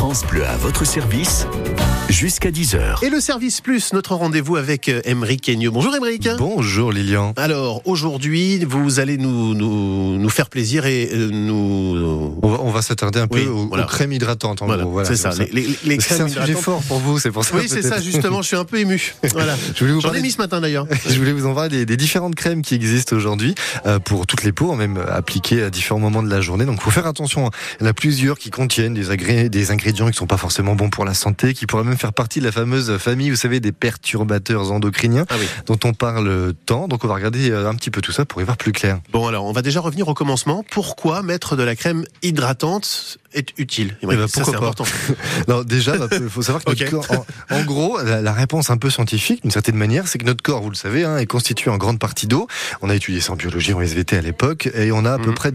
France Bleu à votre service jusqu'à 10h. Et le service plus, notre rendez-vous avec Aymeric Queigneux. Bonjour Aymeric. Bonjour Lilian. Alors aujourd'hui, vous allez nous faire plaisir et On va s'attarder un peu aux crèmes hydratantes. En gros, voilà, c'est ça. Les crèmes c'est un hydratantes. sujet fort pour vous, c'est pour ça. Oui, c'est ça justement. Je suis un peu ému. Voilà. J'en ai mis ce matin d'ailleurs. Je voulais vous en parler des différentes crèmes qui existent aujourd'hui pour toutes les peaux, même appliquées à différents moments de la journée. Donc, faut faire attention. Il y en a plusieurs qui contiennent des ingrédients qui sont pas forcément bons pour la santé, qui pourraient même faire partie de la fameuse famille, vous savez, des perturbateurs endocriniens, dont on parle tant. Donc, on va regarder un petit peu tout ça pour y voir plus clair. Bon, alors, on va déjà revenir au commencement. Pourquoi mettre de la crème hydratante est utile? Ça, c'est important. Non, déjà, il faut savoir que notre corps, en gros, la réponse un peu scientifique, d'une certaine manière, c'est que notre corps, vous le savez, est constitué en grande partie d'eau. On a étudié ça en biologie, en SVT à l'époque, et on a à peu près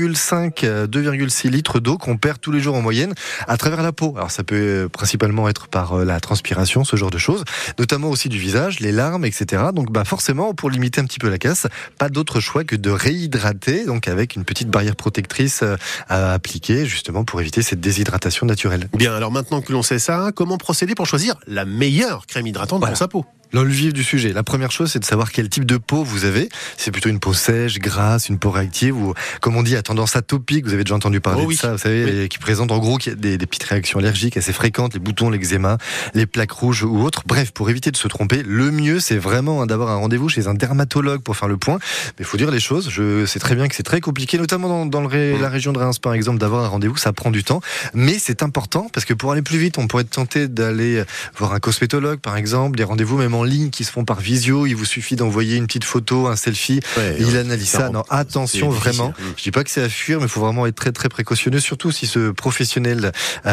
2,6 litres d'eau qu'on perd tous les jours en moyenne à travers la peau. Alors ça peut principalement être par la transpiration, ce genre de choses, notamment aussi du visage, les larmes, etc. Donc forcément, pour limiter un petit peu la casse, pas d'autre choix que de réhydrater, donc avec une petite barrière protectrice à appliquer, justement pour éviter cette déshydratation naturelle. Bien, alors maintenant que l'on sait ça, comment procéder pour choisir la meilleure crème hydratante pour sa peau? Dans le vif du sujet, la première chose, c'est de savoir quel type de peau vous avez. C'est plutôt une peau sèche, grasse, une peau réactive, ou comme on dit, à tendance atopique. Vous avez déjà entendu parler de ça, vous savez, qui présente en gros des petites réactions allergiques assez fréquentes, les boutons, l'eczéma, les plaques rouges ou autres. Bref, pour éviter de se tromper, le mieux, c'est vraiment d'avoir un rendez-vous chez un dermatologue pour faire le point. Mais il faut dire les choses. Je sais très bien que c'est très compliqué, notamment dans la région de Reims, par exemple, d'avoir un rendez-vous. Ça prend du temps, mais c'est important parce que pour aller plus vite, on pourrait être tenté d'aller voir un cosmétologue, par exemple, des rendez-vous même en ligne qui se font par visio. Il vous suffit d'envoyer une petite photo, un selfie, et il analyse ça. Non, attention vraiment. Je dis pas que c'est à fuir, mais il faut vraiment être très très précautionneux, surtout si ce professionnel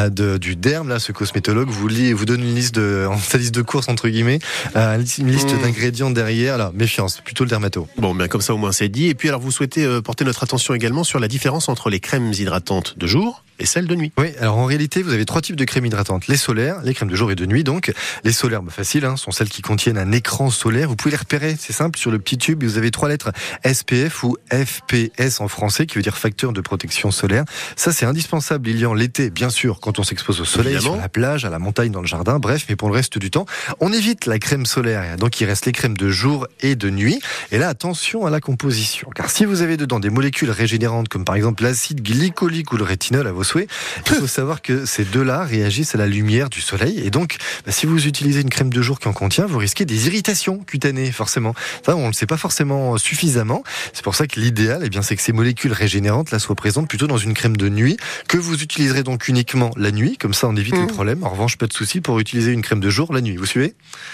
du derme, là, ce cosmétologue, vous donne une liste sa liste de courses entre guillemets, une liste d'ingrédients derrière. Alors méfiance, plutôt le dermato. Bon, bien comme ça au moins c'est dit. Et puis alors vous souhaitez porter notre attention également sur la différence entre les crèmes hydratantes de jour et celles de nuit. Oui, alors en réalité, vous avez 3 types de crèmes hydratantes. Les solaires, les crèmes de jour et de nuit. Donc, les solaires, facile, sont celles qui contiennent un écran solaire. Vous pouvez les repérer, c'est simple, sur le petit tube. Vous avez 3 lettres SPF ou FPS en français, qui veut dire facteur de protection solaire. Ça, c'est indispensable. Il y a l'été, bien sûr, quand on s'expose au soleil, sur la plage, à la montagne, dans le jardin. Bref, mais pour le reste du temps, on évite la crème solaire. Donc, il reste les crèmes de jour et de nuit. Et là, attention à la composition. Car si vous avez dedans des molécules régénérantes, comme par exemple l'acide glycolique ou le rétinol à vos souhaits, il faut savoir que ces deux-là réagissent à la lumière du soleil. Et donc, si vous utilisez une crème de jour qui en contient, vous risquez des irritations cutanées, forcément. Ça, on ne le sait pas forcément suffisamment. C'est pour ça que l'idéal, c'est que ces molécules régénérantes là soient présentes plutôt dans une crème de nuit, que vous utiliserez donc uniquement la nuit. Comme ça, on évite les problèmes. En revanche, pas de souci pour utiliser une crème de jour la nuit. Vous suivez ?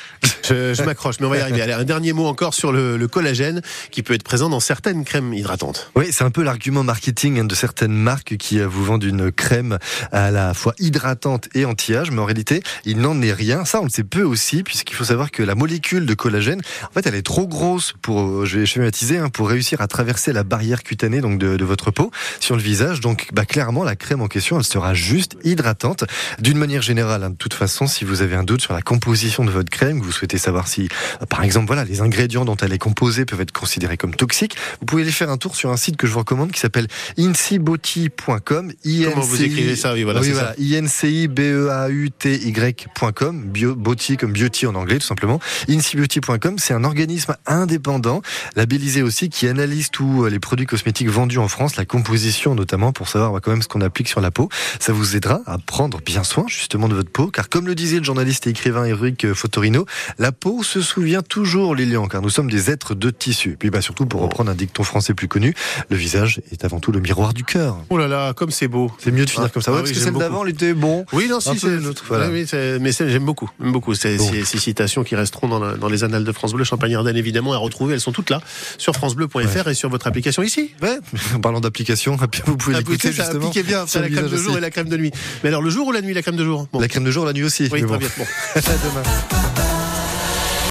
Je m'accroche, mais on va y arriver. Allez, un dernier mot encore sur le collagène qui peut être présent dans certaines crèmes hydratantes. Oui, c'est un peu l'argument marketing de certaines marques qui vous vendent une crème à la fois hydratante et anti-âge, mais en réalité, il n'en est rien. Ça, on le sait peu aussi, puisqu'il faut savoir que la molécule de collagène, en fait, elle est trop grosse pour, je vais schématiser, pour réussir à traverser la barrière cutanée donc de votre peau sur le visage. Donc, clairement, la crème en question, elle sera juste hydratante. D'une manière générale, de toute façon, si vous avez un doute sur la composition de votre crème, que vous souhaitez savoir si, par exemple, les ingrédients dont elle est composée peuvent être considérés comme toxiques, vous pouvez aller faire un tour sur un site que je vous recommande qui s'appelle incibeauty.com. Comment vous écrivez ça? incibeauty.com, beauty comme beauty en anglais tout simplement. incibeauty.com, c'est un organisme indépendant, labellisé aussi, qui analyse tous les produits cosmétiques vendus en France, la composition notamment, pour savoir quand même ce qu'on applique sur la peau. Ça vous aidera à prendre bien soin justement de votre peau, car comme le disait le journaliste et écrivain Eric Fotorino, la peau se souvient toujours, Lilian, car nous sommes des êtres de tissu. Et puis surtout, pour reprendre un dicton français plus connu, le visage est avant tout le miroir du cœur. Oh là là, comme c'est beau. C'est mieux de finir comme ça. Parce que celle d'avant, elle était bon. Oui, non, si, c'est une autre. Voilà. Oui, mais j'aime beaucoup. Ces citations qui resteront dans les annales de France Bleu, Champagne-Ardenne évidemment, à retrouver. Elles sont toutes là, sur francebleu.fr et sur votre application ici. Ouais, en parlant d'application, vous pouvez l'écouter justement. Appliquez bien, c'est la crème de jour et la crème de nuit. Mais alors, le jour ou la nuit, la crème de jour? La crème de jour, la nuit aussi. Oui, très bien. Bon. À demain.